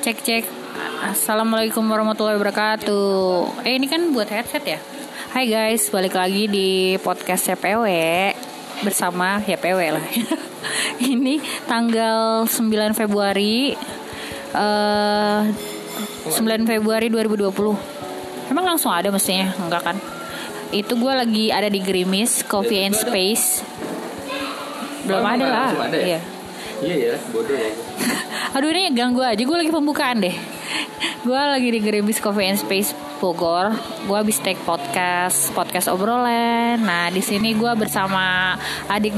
Cek. Assalamualaikum warahmatullahi wabarakatuh. Ini kan buat headset ya. Hai guys, balik lagi di podcast CPW bersama ya PW lah. Ini tanggal 9 Februari 9 Februari 2020. Emang langsung ada mestinya? Enggak kan? Itu gue lagi ada di Grimis Coffee and Space. Belum ada lah. Iya. Iya ya, bodoh ya. Aduh, ini ganggu aja, gue lagi pembukaan deh. Gue lagi di Grimis Coffee and Space Bogor. Gue habis take podcast obrolan. Nah, di sini gue bersama adik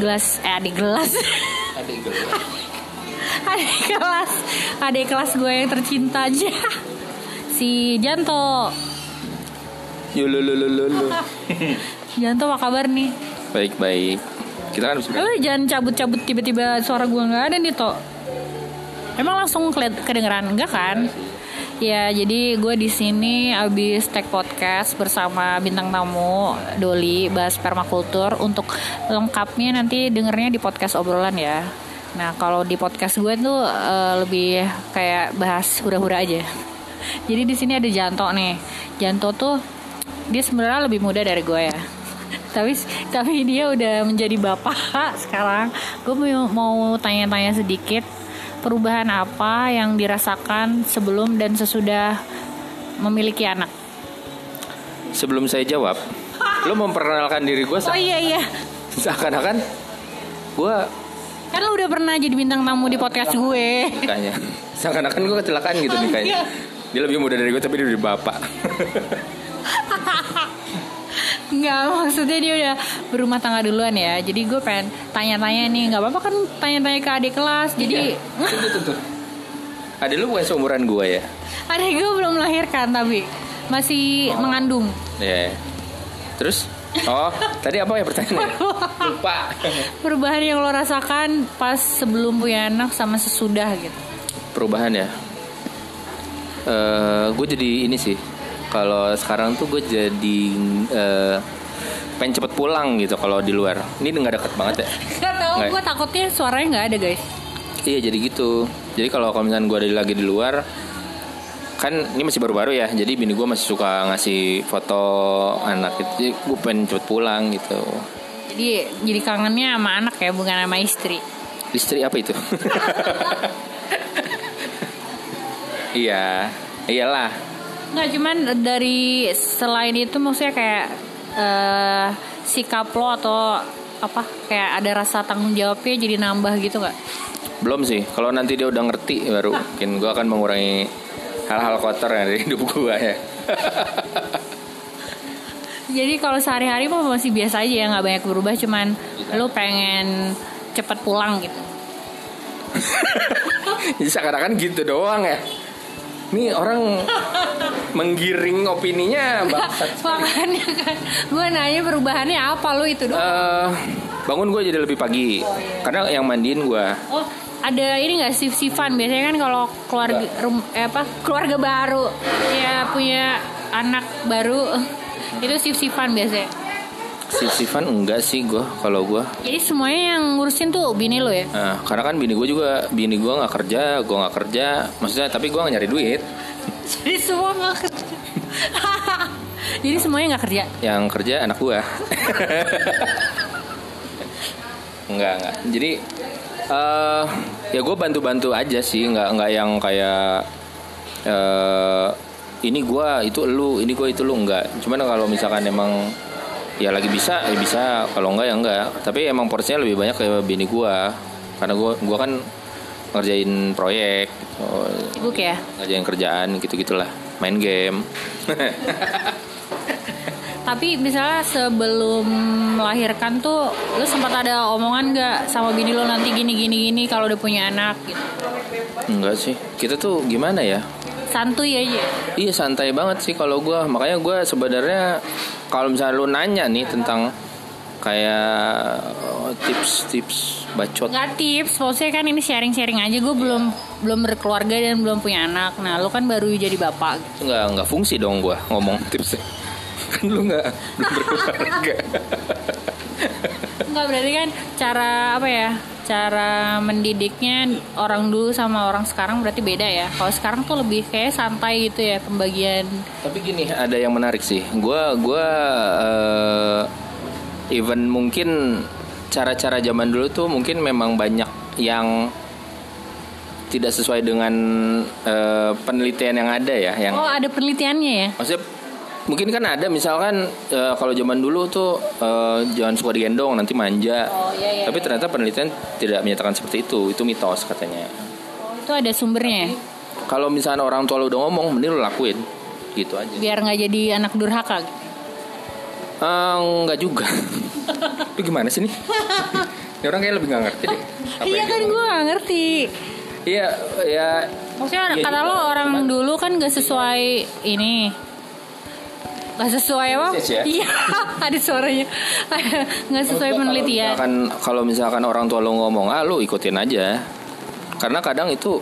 kelas gue yang tercinta aja. Si Janto. Yulu. Janto, apa kabar nih? Baik. Kita kan jangan cabut-cabut tiba-tiba suara gue nggak ada nih, Tok. Emang langsung kedengeran enggak kan? Ya, jadi gue di sini abis take podcast bersama bintang tamu Doli bahas permakultur. Untuk lengkapnya nanti dengernya di podcast obrolan ya. Nah, kalau di podcast gue tuh lebih kayak bahas hura-hura aja. Jadi di sini ada Janto nih. Janto tuh dia sebenarnya lebih muda dari gue ya. Tapi dia udah menjadi bapak sekarang. Gue mau tanya-tanya sedikit, perubahan apa yang dirasakan sebelum dan sesudah memiliki anak? Sebelum saya jawab, lo memperkenalkan diri gue. Oh iya. Seakan-akan gue kan lo udah pernah jadi bintang tamu di podcast gue. Makanya seakan-akan gue kecelakaan gitu nih kayaknya. Dia lebih muda dari gue tapi dia udah bapak. Enggak, maksudnya dia udah berumah tangga duluan ya. Jadi gue pengen tanya-tanya nih. Gak apa-apa kan tanya-tanya ke adik kelas. Jadi Tuh. Adik lu bukan seumuran gue ya? Adik gue belum melahirkan tapi masih mengandung. Iya. Terus? Oh, tadi apa ya pertanyaannya? Lupa. Perubahan yang lo rasakan pas sebelum punya anak sama sesudah gitu. Perubahan ya? Gue jadi ini sih. Kalau sekarang tuh gue jadi pengen cepet pulang gitu kalau di luar. Ini nggak deket banget ya? Gak tau, gue takutnya suaranya nggak ada guys. Iya jadi gitu. Jadi kalau misalnya gue lagi di luar, kan ini masih baru-baru ya. Jadi bini gue masih suka ngasih foto anak gitu. Jadi gue pengen cepet pulang gitu. Jadi kangennya sama anak ya, bukan sama istri. Istri apa itu? Iyalah. Nggak, cuman dari selain itu maksudnya kayak sikap lo atau apa, kayak ada rasa tanggung jawabnya jadi nambah gitu nggak? Belum sih. Kalau nanti dia udah ngerti baru mungkin gue akan mengurangi hal-hal kotor yang ada di hidup gue ya. Jadi kalau sehari-hari masih biasa aja ya, nggak banyak berubah, cuman lo pengen cepet pulang gitu. Jadi seakan-akan gitu doang ya. Nih orang menggiring opininya bangsat. Makanya kan gue nanya perubahannya apa lo itu doang. Bangun gue jadi lebih pagi. Karena yang mandiin gue. Oh, ada ini nggak sif-sifan? Biasanya kan kalau keluarga baru ya punya anak baru itu sif-sifan biasanya. Sif-sifan enggak sih gue kalau gue. Jadi semuanya yang ngurusin tuh bini lo ya? Nah, karena kan bini gue nggak kerja, gue nggak kerja. Maksudnya tapi gue nggak nyari duit. Jadi semua nggak kerja. Jadi semuanya nggak kerja. Yang kerja anak gue. Enggak. Jadi ya gue bantu-bantu aja sih, nggak yang kayak ini gue itu lu, ini gue itu lu, enggak. Cuman kalau misalkan emang ya lagi bisa ya bisa, kalau enggak ya enggak. Tapi emang porsinya lebih banyak kayak bini gua, karena gua kan ngerjain proyek, sibuk ya, ngerjain kerjaan gitu-gitulah, main game. Tapi misalnya sebelum melahirkan tuh lu sempat ada omongan nggak sama bini lo nanti gini kalau udah punya anak gitu? Enggak sih, kita tuh gimana ya, santuy aja. Iya, santai banget sih kalau gue. Makanya gue sebenarnya kalau misalnya lu nanya nih tentang kayak tips bacot. Nggak tips, maksudnya kan ini sharing aja. Gue belum berkeluarga dan belum punya anak. Nah, lu kan baru jadi bapak. Nggak fungsi dong gue ngomong tipsnya. Kan lu belum berkeluarga. Enggak, berarti kan cara apa ya? Cara mendidiknya orang dulu sama orang sekarang berarti beda ya. Kalau sekarang tuh lebih kayak santai gitu ya pembagian. Tapi gini, ada yang menarik sih. Gua even mungkin cara-cara zaman dulu tuh mungkin memang banyak yang tidak sesuai dengan penelitian yang ada ya. Yang Oh, ada penelitiannya ya? maksudnya mungkin kan ada misalkan kalau zaman dulu tuh jangan suka digendong nanti manja. Oh, iya. Tapi ternyata penelitian tidak menyatakan seperti itu. Itu mitos katanya. Oh, itu ada sumbernya ya? Kalau misalnya orang tua lu udah ngomong, mending lu lakuin. Gitu aja. Biar nggak jadi anak durhaka. Enggak juga. Lu gimana sih nih? Ini orang kayak lebih gak ngerti deh. Iya kan gue gak ngerti. Iya, ya. Maksudnya iya kata juga. lo orang dulu kan gak sesuai ini. Gak sesuai apa? Ya? Iya, ada suaranya. Gak sesuai penelitian. Kalau misalkan orang tua lo ngomong, lu ikutin aja. Karena kadang itu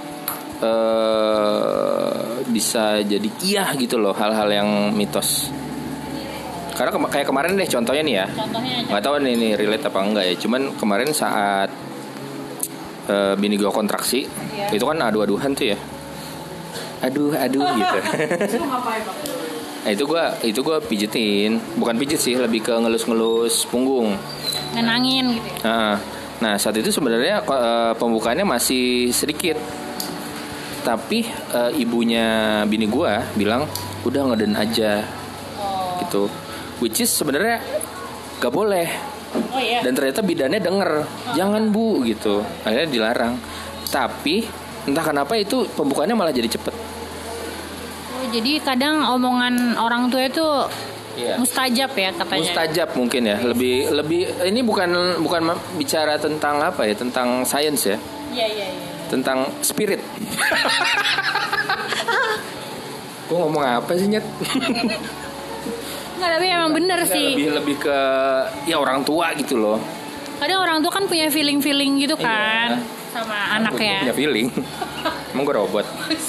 bisa jadi iya gitu loh, hal-hal yang mitos. Karena kayak kemarin deh contohnya nih ya. Contohnya aja. Nggak tahu nih relate apa enggak ya. Cuman kemarin saat bini gue kontraksi, itu kan adu-aduhan tuh ya. Aduh gitu. Nah, itu gue pijetin, bukan pijet sih, lebih ke ngelus-ngelus punggung. Nenangin gitu. Nah saat itu sebenarnya pembukaannya masih sedikit. Tapi ibunya bini gue bilang udah ngeden aja. Gitu. Which is sebenarnya gak boleh. Oh iya. Dan ternyata bidannya denger, jangan bu gitu. Akhirnya dilarang. Tapi entah kenapa itu pembukaannya malah jadi cepet. Oh, jadi kadang omongan orang tua itu mustajab ya katanya. Mustajab mungkin ya. Lebih ini bukan bicara tentang apa ya, tentang sains ya. Iya. Tentang spirit. Gue ngomong apa sih Nyet? Enggak, tapi emang bener sih. Lebih ke ya orang tua gitu loh. Kadang orang tua kan punya feeling gitu kan sama anaknya. Punya feeling. Emang gue robot.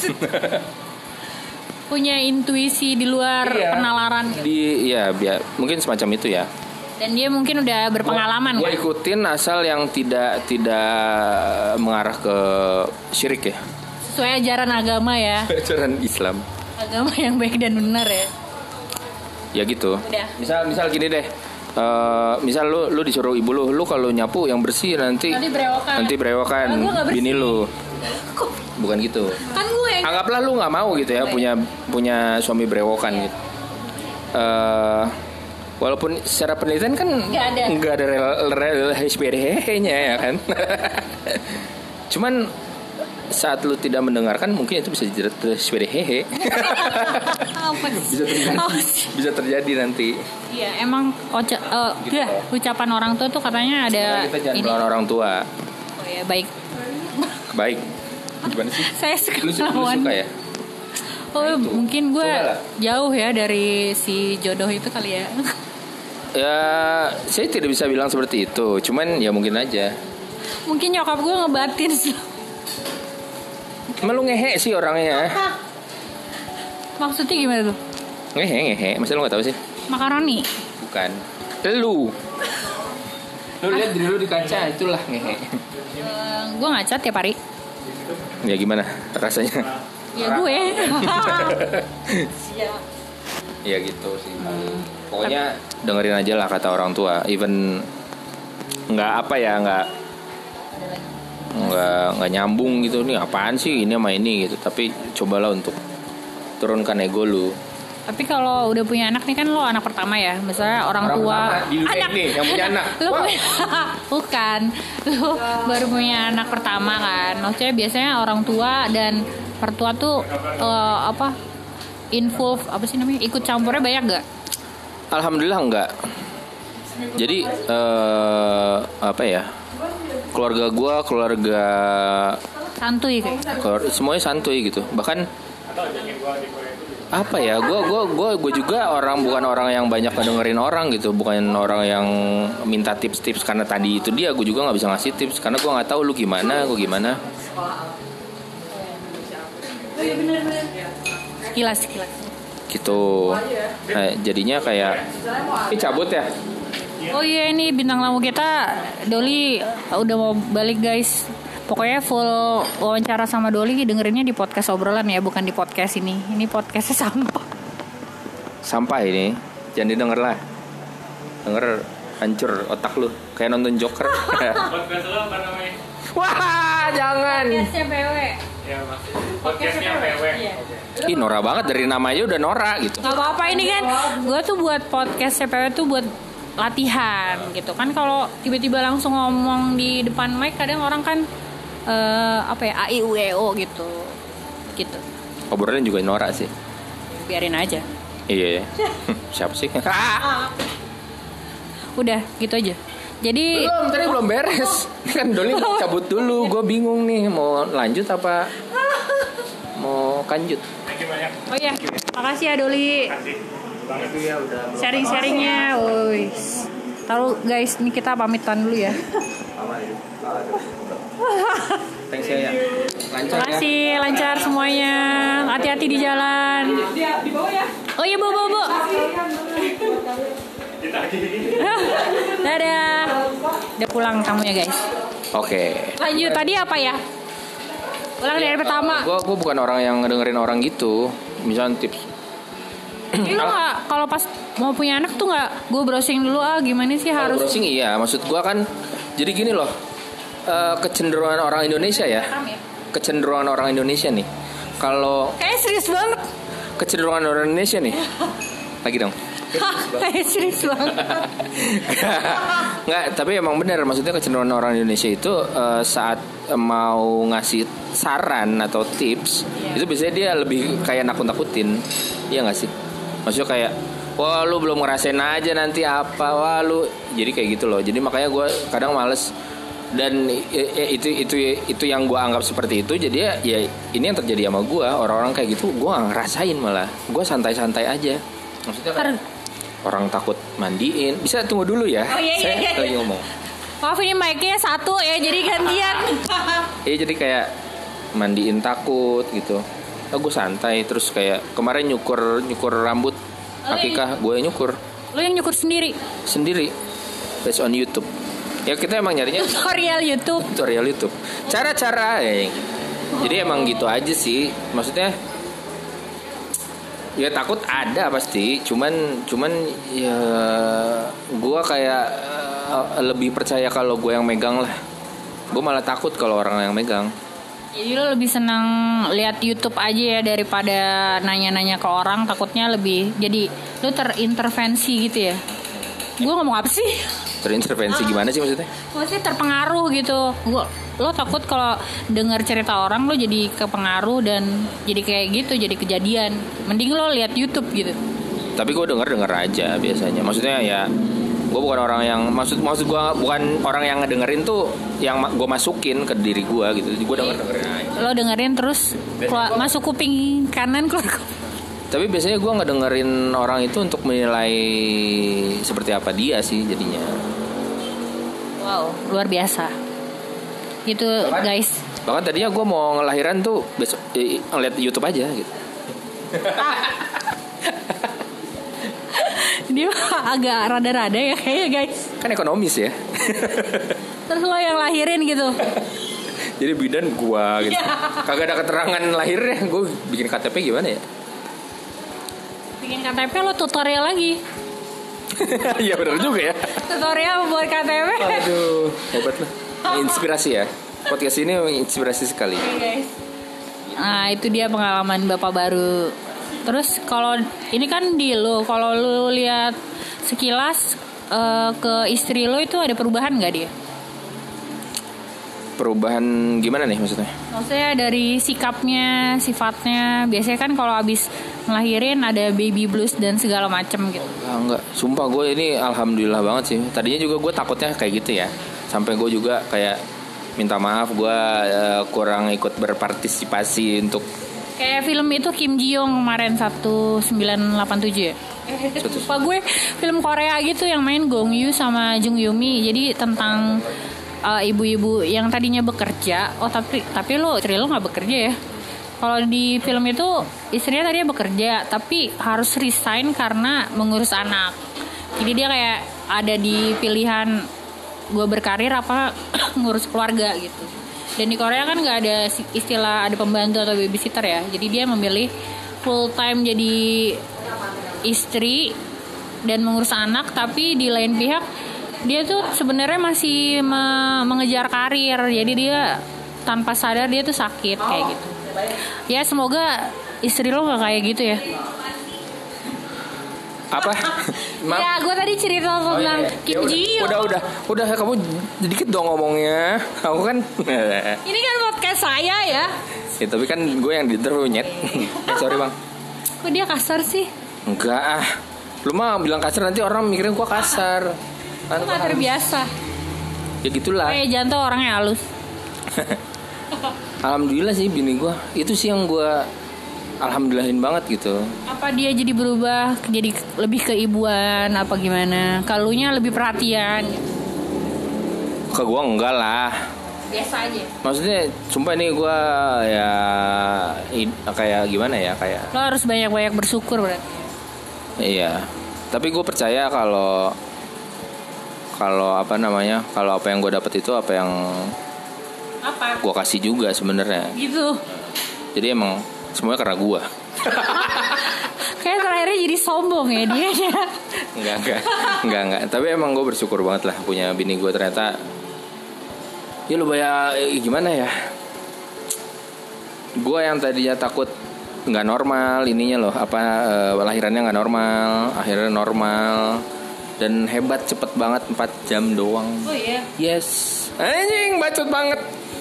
Punya intuisi di luar penalaran gitu. Mungkin semacam itu ya. Dan dia mungkin udah berpengalaman Gue kan. ikutin asal yang tidak mengarah ke syirik ya. Sesuai ajaran agama ya. Ajaran Islam. Agama yang baik dan benar ya. Ya gitu. Udah. Misal gini deh. Misal lu disuruh ibu lu kalau nyapu yang bersih nanti berewokan Nah, gua nggak bersih. bini lu. Bukan gitu. Kan gue yang Anggaplah lu nggak mau gitu ya punya suami berewokan gitu. Walaupun secara penelitian kan nggak ada HPRH-nya ya kan. Cuman saat lu tidak mendengarkan mungkin itu bisa jadi HPRH. Bisa terjadi nanti. Iya, emang ucapan orang tua tuh katanya ada Kita jangan melawan orang tua. Oh ya, baik. Baik. Gimana sih? Saya suka Lu melawan. suka ya? Oh, mungkin gue Cobalah. jauh ya dari si jodoh itu kali ya. Ya, saya tidak bisa bilang seperti itu. Cuman ya mungkin aja. Mungkin nyokap gue ngebatin. Emang lu ngehe sih orangnya. Maksudnya gimana tuh? Ngehe. Masa lu gak tahu sih? Makaroni. Bukan. Lu lihat diri lu di kaca, itulah ngehe. Gue ngaca tiap hari. Ya gimana rasanya? Ya gue. Ya gitu sih. Pokoknya dengerin aja lah kata orang tua. Even nggak nyambung gitu nih, apaan sih ini sama ini gitu. Tapi cobalah untuk turunkan ego lu. Tapi kalau udah punya anak nih kan lo anak pertama ya, misalnya orang tua anak nih yang punya anak. Lo bukan, lo baru punya anak pertama kan. Maksudnya biasanya orang tua dan mertua tuh involve ikut campurnya banyak gak? Alhamdulillah enggak. Jadi keluarga gua Santuy kayak. semuanya santuy gitu. Bahkan gue juga bukan orang yang banyak ngedengerin orang gitu, bukan orang yang minta tips karena tadi itu dia, gue juga nggak bisa ngasih tips karena gue nggak tahu lu gimana, gue gimana. Sekilas. Gitu. Nah, jadinya kayak cabut ya. Oh iya, ini bintang tamu kita Doli udah mau balik guys. Pokoknya full wawancara sama Doli dengerinnya di podcast obrolan ya, bukan di podcast ini. Ini podcastnya sampah. Sampah ini, jangan didengar lah. Denger hancur otak lu, kayak nonton Joker. Podcast lo apa namanya? Wah, jangan. Podcastnya PW. Ya maksudnya podcastnya PW. Iya. Ih, Nora banget, dari namanya udah Nora gitu. Gak apa-apa, ini kan gue tuh buat podcast CPW tuh buat latihan gitu kan. Kalau tiba-tiba langsung ngomong di depan mic kadang orang kan apa ya, a i u e o gitu. Obrolan juga Nora sih. Biarin aja. Iya. Siapa sih? Udah gitu aja. Jadi Tadi belum beres. Ini kan Doli mau cabut dulu. Gue bingung nih mau lanjut apa mau kanjut. Thank you banyak. oh ya, makasih ya Doli Kasih banget tuh ya udah. sharing-sharingnya. Woi. Taruh guys, ini kita pamitan dulu ya. Thanks ya. Lancar ya. Makasih, lancar semuanya. Hati-hati di jalan. Di bawah ya. Oh iya, Bu. Kita lagi. Dadah. Udah pulang tamunya guys. Oke. Lanjut tadi apa ya? Ulang dari pertama. Gue bukan orang yang ngedengerin orang gitu. Misalnya tips. Iya nggak? Kalau pas mau punya anak tuh nggak? Gue browsing dulu gimana sih harus? Browsing iya. Maksud gue kan jadi gini loh. Kecenderungan orang Indonesia ya. Kecenderungan orang Indonesia nih. Kalau Kayak serius banget. kecenderungan orang Indonesia nih. Lagi dong. Kayak serius banget. Nggak, tapi emang benar. Maksudnya kecenderungan orang Indonesia itu saat mau ngasih saran atau tips, itu biasanya dia lebih kayak nakut-nakutin. Iya nggak sih? Maksudnya kayak, wah lu belum ngerasain aja nanti apa, wah lu. Jadi kayak gitu loh. Jadi makanya gue kadang males. Dan itu yang gue anggap seperti itu. Jadi ya ini yang terjadi sama gue. Orang-orang kayak gitu gue nggak ngerasain, malah gue santai-santai aja. Maksudnya kayak orang takut mandiin. Bisa tunggu dulu ya. Oh, iya, Saya iya. lagi ngomong. Maaf ini mic-nya satu ya, jadi gantian. Iya, jadi kayak mandiin takut gitu. Gue santai. Terus kayak kemarin nyukur rambut Akikah, gue nyukur Lo yang nyukur sendiri? based on YouTube. Ya kita emang nyarinya Tutorial YouTube. tutorial YouTube. Cara-cara ya. Jadi emang gitu aja sih. Maksudnya ya takut ada pasti. Cuman ya gue kayak lebih percaya kalau gue yang megang lah. Gue malah takut kalau orang yang megang. Jadi lo lebih senang lihat YouTube aja ya daripada nanya-nanya ke orang. Takutnya lebih jadi lo terintervensi gitu ya. Gue ngomong apa sih? Terintervensi gimana sih maksudnya? Maksudnya terpengaruh gitu. Lo takut kalau dengar cerita orang lo jadi kepengaruh dan jadi kayak gitu, jadi kejadian. Mending lo lihat YouTube gitu. Tapi gue denger aja biasanya. Maksudnya ya gue bukan orang yang maksud gue bukan orang yang ngedengerin tuh yang gue masukin ke diri gue gitu. Jadi gue dengerin aja. Lo dengerin terus masuk kuping kanan keluar. Tapi biasanya gue ngedengerin orang itu untuk menilai seperti apa dia sih jadinya. Wow, luar biasa. Gitu guys. Bahkan tadinya gue mau ngelahiran tuh besok ngeliat YouTube aja gitu. Dia agak rada-rada ya kayaknya guys. Kan ekonomis ya. Terus lo yang lahirin gitu. Jadi bidan gue gitu. Kagak ada keterangan lahirnya. Gue bikin KTP gimana ya? Bikin KTP lo tutorial lagi. Iya benar juga ya. Tutorial buat KTP. Aduh, hebat lah. Inspirasi ya. Podcast ini menginspirasi sekali. Guys. Nah, itu dia pengalaman Bapak baru. Terus kalau ini kan di lo, kalau lo lihat sekilas ke istri lo itu ada perubahan nggak dia? Perubahan gimana nih maksudnya? Maksudnya dari sikapnya, sifatnya. Biasanya kan kalau habis ngelahirin ada baby blues dan segala macem gitu. Enggak, sumpah gue ini alhamdulillah banget sih. Tadinya juga gue takutnya kayak gitu ya. Sampai gue juga kayak minta maaf gue kurang ikut berpartisipasi untuk kayak film itu Kim Ji Young kemarin 1987 ya. Lupa gue film Korea gitu yang main Gong Yoo sama Jung Yumi. Jadi tentang ibu-ibu yang tadinya bekerja, tapi lo istri lo nggak bekerja ya. Kalau di film itu istrinya tadinya bekerja, tapi harus resign karena mengurus anak. Jadi dia kayak ada di pilihan gue berkarir apa ngurus keluarga gitu. Dan di Korea kan nggak ada istilah ada pembantu atau babysitter ya, jadi dia memilih full time jadi istri dan mengurus anak, tapi di lain pihak dia tuh sebenarnya masih mengejar karir, jadi dia tanpa sadar dia tuh sakit kayak gitu. Ya semoga istri lo nggak kayak gitu ya. Apa? Ya gue tadi cerita tentang Kim Ji Young. Udah kamu sedikit dong ngomongnya. Aku kan Ini kan podcast saya ya. ya, tapi kan gue yang di-interview nyet. Sorry bang. Kok dia kasar sih? Enggak ah. Lu mah bilang kasar nanti orang mikirin gue kasar. Kan Itu nggak terbiasa. ya gitulah. Janto orangnya halus. Alhamdulillah sih bini gue. Itu sih yang gue alhamdulillahin banget gitu. Apa dia jadi berubah jadi lebih keibuan apa gimana? Kalunya lebih perhatian. Ke gue enggak lah. Biasa aja. Maksudnya sumpah ini gue ya kayak gimana ya, kayak Lo harus banyak-banyak bersyukur berarti. iya. Tapi gue percaya kalau apa namanya, kalau apa yang gue dapet itu apa yang Apa? gue kasih juga sebenarnya. Gitu. Jadi emang semuanya karena gue. Kayak terakhirnya jadi sombong ya dia. Enggak. Tapi emang gue bersyukur banget lah punya bini gue ternyata. Ya lu gimana ya? Gue yang tadinya takut nggak normal ininya loh, lahirannya nggak normal, akhirnya normal dan hebat, cepet banget 4 jam doang. Oh iya. Yes, anjing bacot banget.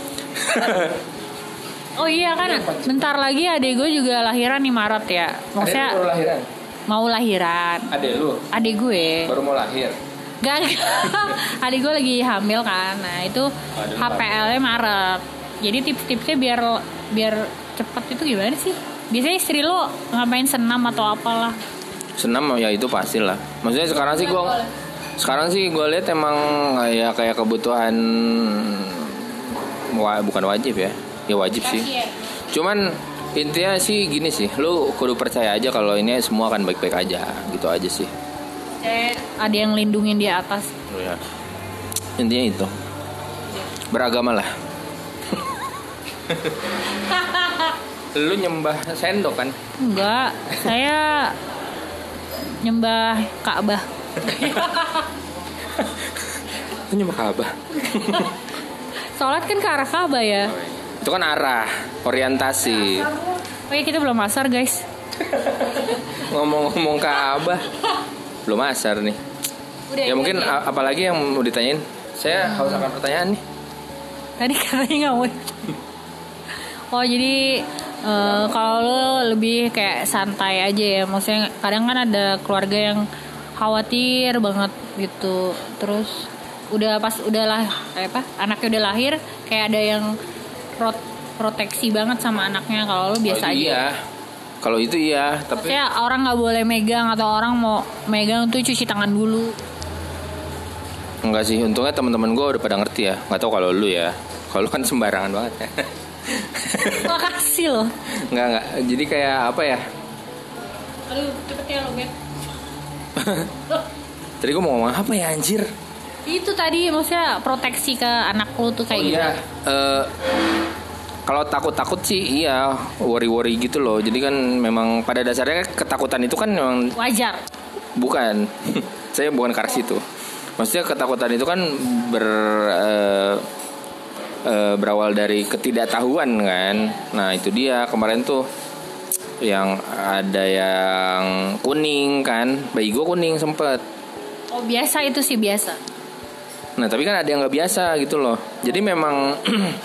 Oh iya kan, bentar lagi adek gue juga lahiran nih Maret ya. Maksudnya Adek lu baru lahiran? mau lahiran. Adek lu Adek gue. baru mau lahir? Gak. Adik gue lagi hamil kan. Nah itu HPL-nya Maret. Jadi tips-tipsnya biar cepat itu gimana sih? Biasanya istri lo ngapain senam atau apalah? Senam ya itu pasti lah. Maksudnya sekarang sih gue lihat emang ya kayak kebutuhan bukan wajib ya. Ya wajib sih. Cuman intinya sih gini sih, lu kudu percaya aja kalau ini semua akan baik-baik aja, gitu aja sih. Ada yang lindungin di atas. Oh ya. Intinya itu. Beragama lah. Lu nyembah sendok kan? Enggak, saya nyembah Ka'bah. Lu nyembah Ka'bah. Sholat kan ke arah Ka'bah ya. Itu kan arah, orientasi. Oh iya kita belum asar guys. Ngomong-ngomong Ka'bah, belum asar nih. Udah, Ya mungkin apalagi yang mau ditanyain? Saya haus akan pertanyaan nih. Tadi katanya nggak mau. Oh jadi kalau lo lebih kayak santai aja ya. Maksudnya kadang kan ada keluarga yang khawatir banget gitu. Terus anaknya udah lahir kayak ada yang proteksi banget sama anaknya. Kalau lo biasa aja. Iya. Kalau itu iya, tapi Maksudnya orang nggak boleh megang atau orang mau megang tuh cuci tangan dulu. enggak sih. Untungnya teman-teman gue udah pada ngerti ya. Nggak tahu kalau lu ya. Kalau lu kan sembarangan banget ya. Makasih loh. Enggak. Jadi kayak apa ya? Aduh cepet ya lo Bet. Tadi gue mau ngomong apa ya anjir? Itu tadi maksudnya proteksi ke anak lo tuh kayak gitu. Iya. Kalau takut-takut sih iya, worry-worry gitu loh. Jadi kan memang pada dasarnya ketakutan itu kan memang Wajar. bukan. Saya bukan ke arah situ. Maksudnya ketakutan itu kan berawal dari ketidaktahuan kan. Nah itu dia kemarin tuh yang ada yang kuning kan, bayi gue kuning sempet. Oh biasa itu sih biasa. Nah tapi kan ada yang nggak biasa gitu loh. Jadi memang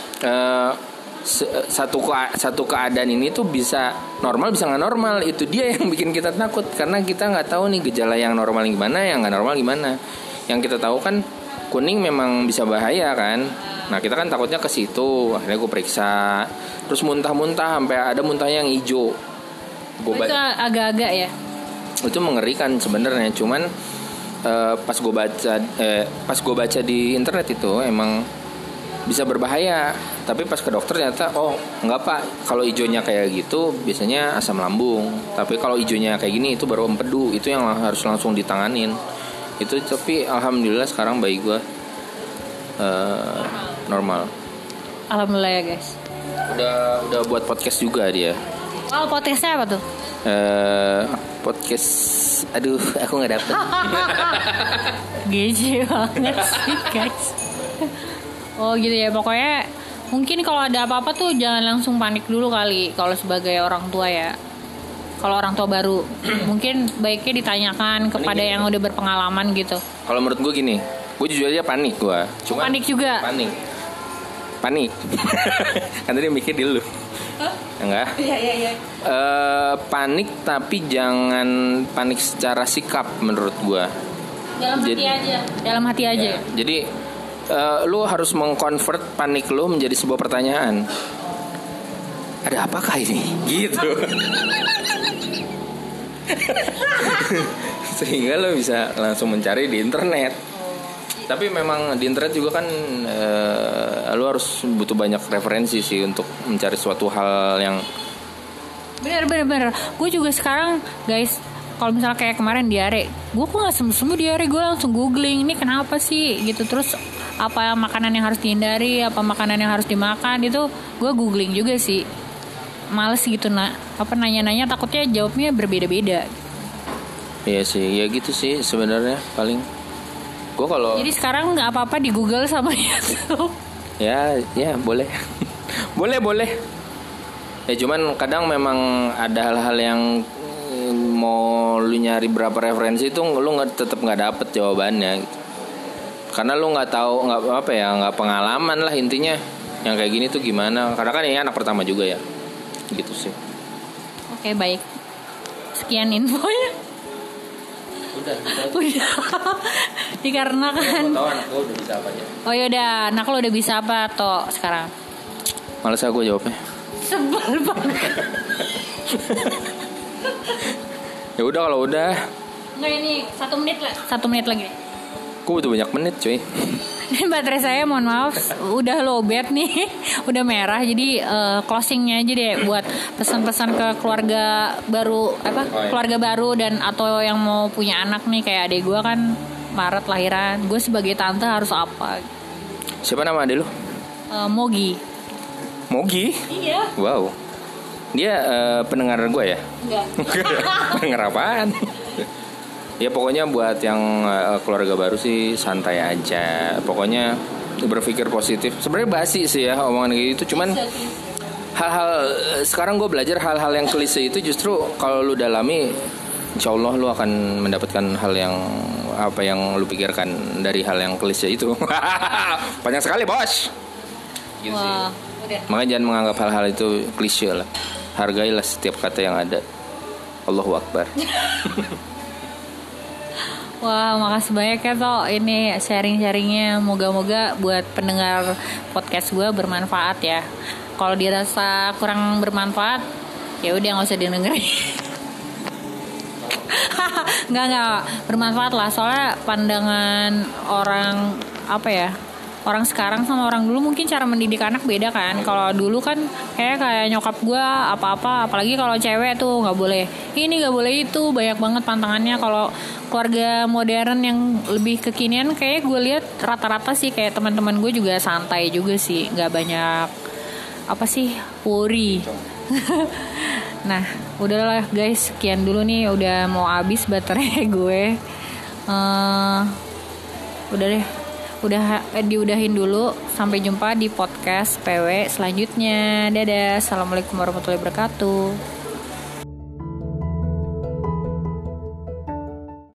satu keadaan ini tuh bisa normal bisa nggak normal. Itu dia yang bikin kita takut karena kita nggak tahu nih gejala yang normal gimana, yang nggak normal gimana. Yang kita tahu kan kuning memang bisa bahaya kan. Nah kita kan takutnya ke situ. Akhirnya gue periksa, terus muntah-muntah sampai ada muntahnya yang hijau. Itu agak-agak ya. Itu mengerikan sebenarnya. Cuman pas gue baca di internet itu emang bisa berbahaya. Tapi pas ke dokter ternyata enggak pak, kalau hijaunya kayak gitu biasanya asam lambung. Tapi kalau hijaunya kayak gini itu baru empedu. Itu yang harus langsung ditanganin. Itu tapi alhamdulillah sekarang bayi gue normal. Alhamdulillah ya guys. Udah buat podcast juga dia. Oh, podcastnya apa tuh? Podcast, aduh aku nggak dapet. Gece banget sih guys. Oh gitu ya, pokoknya mungkin kalau ada apa-apa tuh jangan langsung panik dulu kali. Kalau sebagai orang tua ya, kalau orang tua baru mungkin baiknya ditanyakan kepada yang udah berpengalaman gitu. Kalau menurut gue gini, gue jujur aja panik gue. Cuma Panik juga. Panik. Kan tadi mikir dulu. Enggak. Iya. Panik tapi jangan panik secara sikap menurut gue. Dalam hati aja. Ya, jadi lu harus mengkonvert panik lu menjadi sebuah pertanyaan. Ada apakah ini? Gitu. Sehingga lo bisa langsung mencari di internet. Tapi memang di internet juga kan lo harus butuh banyak referensi sih untuk mencari suatu hal yang Bener. Gue juga sekarang guys, kalau misalnya kayak kemarin diare, gue kok nggak semu diare, gue langsung googling ini kenapa sih gitu. Terus apa makanan yang harus dihindari, apa makanan yang harus dimakan, itu gue googling juga sih. Males gitu nanya-nanya, takutnya jawabnya berbeda-beda. Iya sih, ya gitu sih sebenarnya paling. Gue kalau jadi sekarang nggak apa-apa di Google sama YouTube. ya boleh. boleh. Ya cuman kadang memang ada hal-hal yang mau lu nyari berapa referensi itu lu tetap nggak dapet jawabannya gitu. Karena lu nggak tahu, nggak pengalaman lah intinya yang kayak gini tuh gimana. Karena kan ini anak pertama juga ya, gitu sih. Oke, baik, sekian infonya. Udah. Dikarenakan Tahu anak gue udah bisa apa aja. oh yaudah, anak lo udah bisa apa toh sekarang? Males aku jawabnya. Sebel banget. Ya udah kalau udah. Nggak, ini 1 menit lah. 1 menit lagi. Aku butuh banyak menit cuy. Ini baterai saya mohon maaf udah lowbat nih. Udah merah. Jadi closingnya aja deh buat pesan-pesan ke keluarga baru keluarga baru dan atau yang mau punya anak nih, kayak adik gue kan Maret lahiran. Gue sebagai tante harus apa? Siapa nama adek lu? Mogi. Iya. Wow. Dia pendengar gue ya? Enggak. Pendengar apaan? Ya pokoknya buat yang keluarga baru sih santai aja. Pokoknya berpikir positif. Sebenarnya basi sih ya omongan gitu. Cuman hal-hal sekarang gue belajar hal-hal yang klise itu justru kalau lu dalami, insya Allah lu akan mendapatkan hal yang apa yang lu pikirkan dari hal yang klise itu. Banyak sekali bos. Gitu sih. Udah. Makanya jangan menganggap hal-hal itu klise lah. Hargailah setiap kata yang ada. Allahu Akbar. Wah, makasih banyak ya Toh. Ini sharing-sharingnya, moga-moga buat pendengar podcast gue bermanfaat ya. Kalau dirasa kurang bermanfaat, ya udah nggak usah didengerin. Nggak bermanfaat lah. Soalnya pandangan orang orang sekarang sama orang dulu mungkin cara mendidik anak beda kan. Kalau dulu kan kayak nyokap gue apa-apa, apalagi kalau cewek tuh nggak boleh ini nggak boleh itu, banyak banget pantangannya. Kalau keluarga modern yang lebih kekinian kayak gue lihat rata-rata sih kayak teman-teman gue juga santai juga sih, nggak banyak worry. Nah udahlah guys, sekian dulu nih, udah mau habis baterai gue. Udah deh, diudahin dulu. Sampai jumpa di podcast PW selanjutnya. Dadah, assalamualaikum warahmatullahi wabarakatuh.